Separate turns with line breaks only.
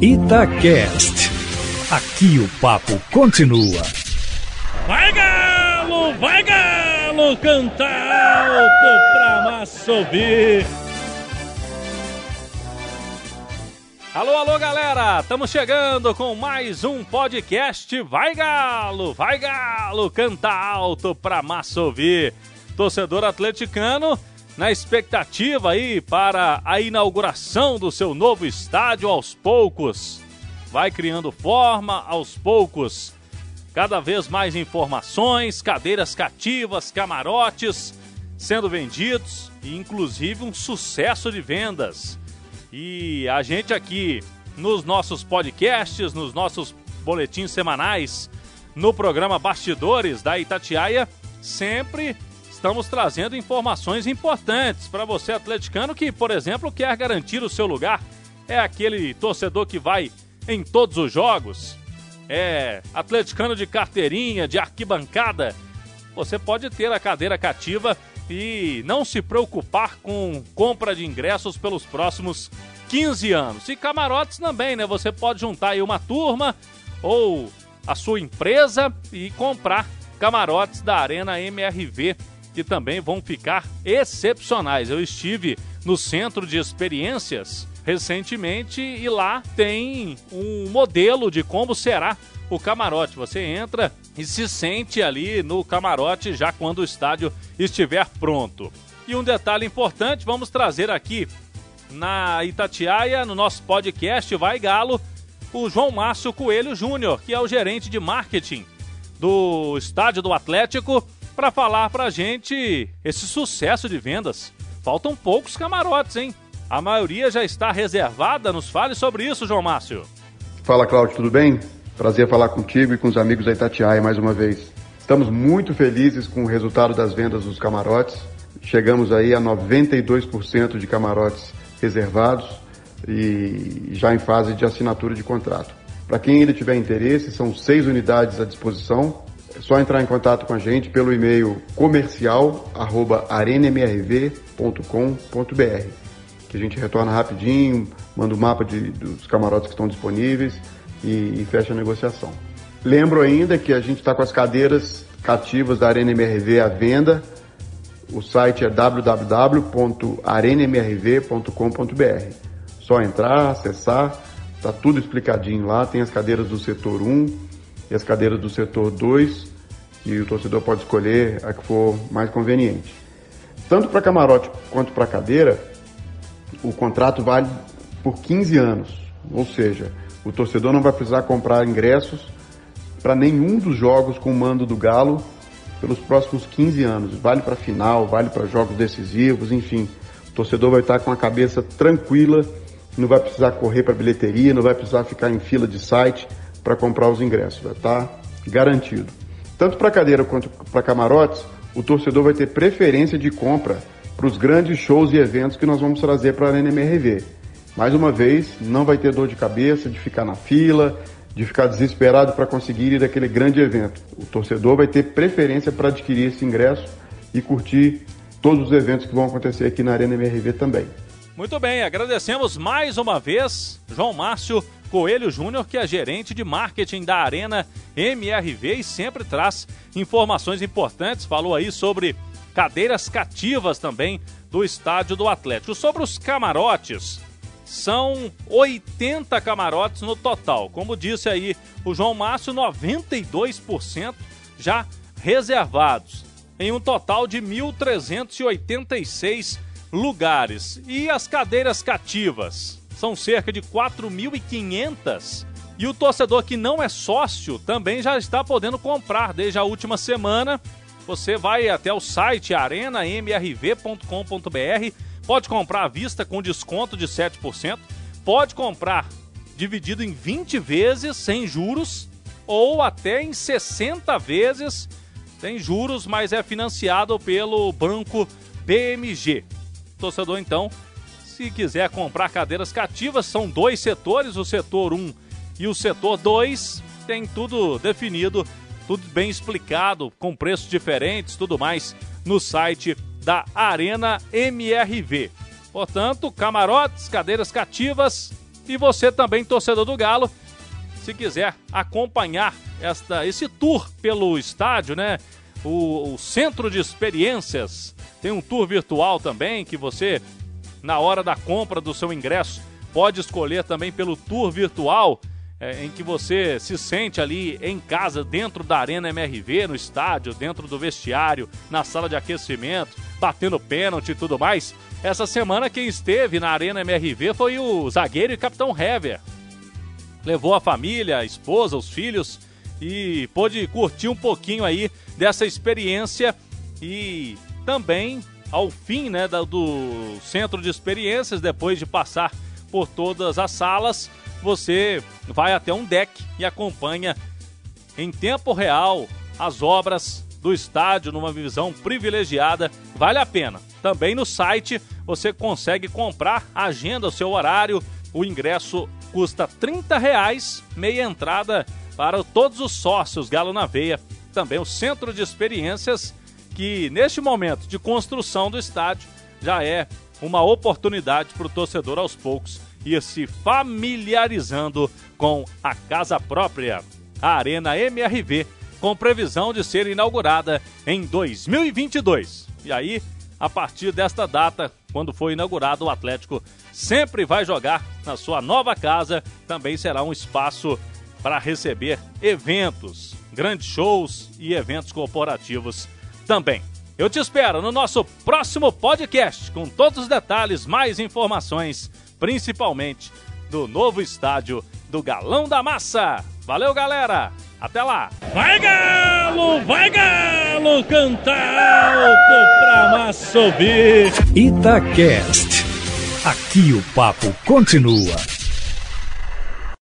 Itacast. Aqui o papo continua.
Vai Galo, canta alto pra massa ouvir. Alô, galera, estamos chegando com mais um podcast. Vai Galo, canta alto pra massa ouvir. Torcedor atleticano, na expectativa aí para a inauguração do seu novo estádio aos poucos. Vai criando forma aos poucos. Cada vez mais informações, cadeiras cativas, camarotes sendo vendidos e inclusive um sucesso de vendas. E a gente aqui nos nossos podcasts, nos nossos boletins semanais, no programa Bastidores da Itatiaia, sempre estamos trazendo informações importantes para você atleticano que, por exemplo, quer garantir o seu lugar. É aquele torcedor que vai em todos os jogos, é atleticano de carteirinha, de arquibancada. Você pode ter a cadeira cativa e não se preocupar com compra de ingressos pelos próximos 15 anos. E camarotes também, né? Você pode juntar aí uma turma ou a sua empresa e comprar camarotes da Arena MRV, que também vão ficar excepcionais. Eu estive no Centro de Experiências recentemente e lá tem um modelo de como será o camarote. Você entra e se sente ali no camarote já quando o estádio estiver pronto. E um detalhe importante, vamos trazer aqui na Itatiaia, no nosso podcast Vai Galo, o João Márcio Coelho Júnior, que é o gerente de marketing do Estádio do Atlético, para falar pra gente esse sucesso de vendas. Faltam poucos camarotes, hein? A maioria já está reservada. Nos fale sobre isso, João Márcio.
Fala, Cláudio, tudo bem? Prazer falar contigo e com os amigos da Itatiaia mais uma vez. Estamos muito felizes com o resultado das vendas dos camarotes. Chegamos aí a 92% de camarotes reservados e já em fase de assinatura de contrato. Para quem ainda tiver interesse, são 6 unidades à disposição. É só entrar em contato com a gente pelo e-mail comercial@arenemrv.com.br, que a gente retorna rapidinho, manda o mapa dos camarotes que estão disponíveis e fecha a negociação. Lembro ainda que a gente está com as cadeiras cativas da Arena MRV à venda. O site é www.arenemrv.com.br. Só entrar, acessar, está tudo explicadinho lá. Tem as cadeiras do setor 1 e as cadeiras do setor 2, e o torcedor pode escolher a que for mais conveniente. Tanto para camarote quanto para cadeira, o contrato vale por 15 anos, ou seja, o torcedor não vai precisar comprar ingressos para nenhum dos jogos com o mando do Galo pelos próximos 15 anos. Vale para final, vale para jogos decisivos, enfim. O torcedor vai estar com a cabeça tranquila, não vai precisar correr para bilheteria, não vai precisar ficar em fila de site para comprar os ingressos, vai estar garantido. Tanto para cadeira quanto para camarotes, o torcedor vai ter preferência de compra para os grandes shows e eventos que nós vamos trazer para a Arena MRV. Mais uma vez, não vai ter dor de cabeça de ficar na fila, de ficar desesperado para conseguir ir àquele grande evento. O torcedor vai ter preferência para adquirir esse ingresso e curtir todos os eventos que vão acontecer aqui na Arena MRV também.
Muito bem, agradecemos mais uma vez João Márcio Coelho Júnior, que é gerente de marketing da Arena MRV e sempre traz informações importantes. Falou aí sobre cadeiras cativas também do Estádio do Atlético. Sobre os camarotes, são 80 camarotes no total. Como disse aí o João Márcio, 92% já reservados, em um total de 1.386 lugares. E as cadeiras cativas são cerca de 4.500. E o torcedor que não é sócio também já está podendo comprar desde a última semana. Você vai até o site arenamrv.com.br, pode comprar à vista com desconto de 7%, pode comprar dividido em 20 vezes sem juros ou até em 60 vezes sem juros, mas é financiado pelo Banco BMG. O torcedor, então, se quiser comprar cadeiras cativas, são 2 setores, o setor 1 e o setor 2, tem tudo definido, tudo bem explicado, com preços diferentes, tudo mais, no site da Arena MRV. Portanto, camarotes, cadeiras cativas, E você também, torcedor do Galo, se quiser acompanhar esse tour pelo estádio, né? O Centro de Experiências tem um tour virtual também que você, na hora da compra do seu ingresso, pode escolher também pelo tour virtual, em que você se sente ali em casa, dentro da Arena MRV, no estádio, dentro do vestiário, na sala de aquecimento, batendo pênalti e tudo mais. Essa semana quem esteve na Arena MRV foi o zagueiro e capitão Hever. Levou a família, a esposa, os filhos e pôde curtir um pouquinho aí dessa experiência. E também, ao fim, né, do Centro de Experiências, depois de passar por todas as salas, você vai até um deck e acompanha em tempo real as obras do estádio numa visão privilegiada. Vale a pena. Também no site você consegue comprar, agenda o seu horário. O ingresso custa R$30, meia entrada para todos os sócios Galo na Veia. Também o Centro de Experiências, que neste momento de construção do estádio já é uma oportunidade para o torcedor aos poucos ir se familiarizando com a casa própria, a Arena MRV, com previsão de ser inaugurada em 2022. E aí, a partir desta data, quando for inaugurado, o Atlético sempre vai jogar na sua nova casa. Também será um espaço para receber eventos, grandes shows e eventos corporativos também. Eu te espero no nosso próximo podcast, com todos os detalhes, mais informações, principalmente do novo estádio do Galão da Massa. Valeu, galera! Até lá!
Vai Galo, canta alto pra massa ouvir. Itacast. Aqui o papo continua.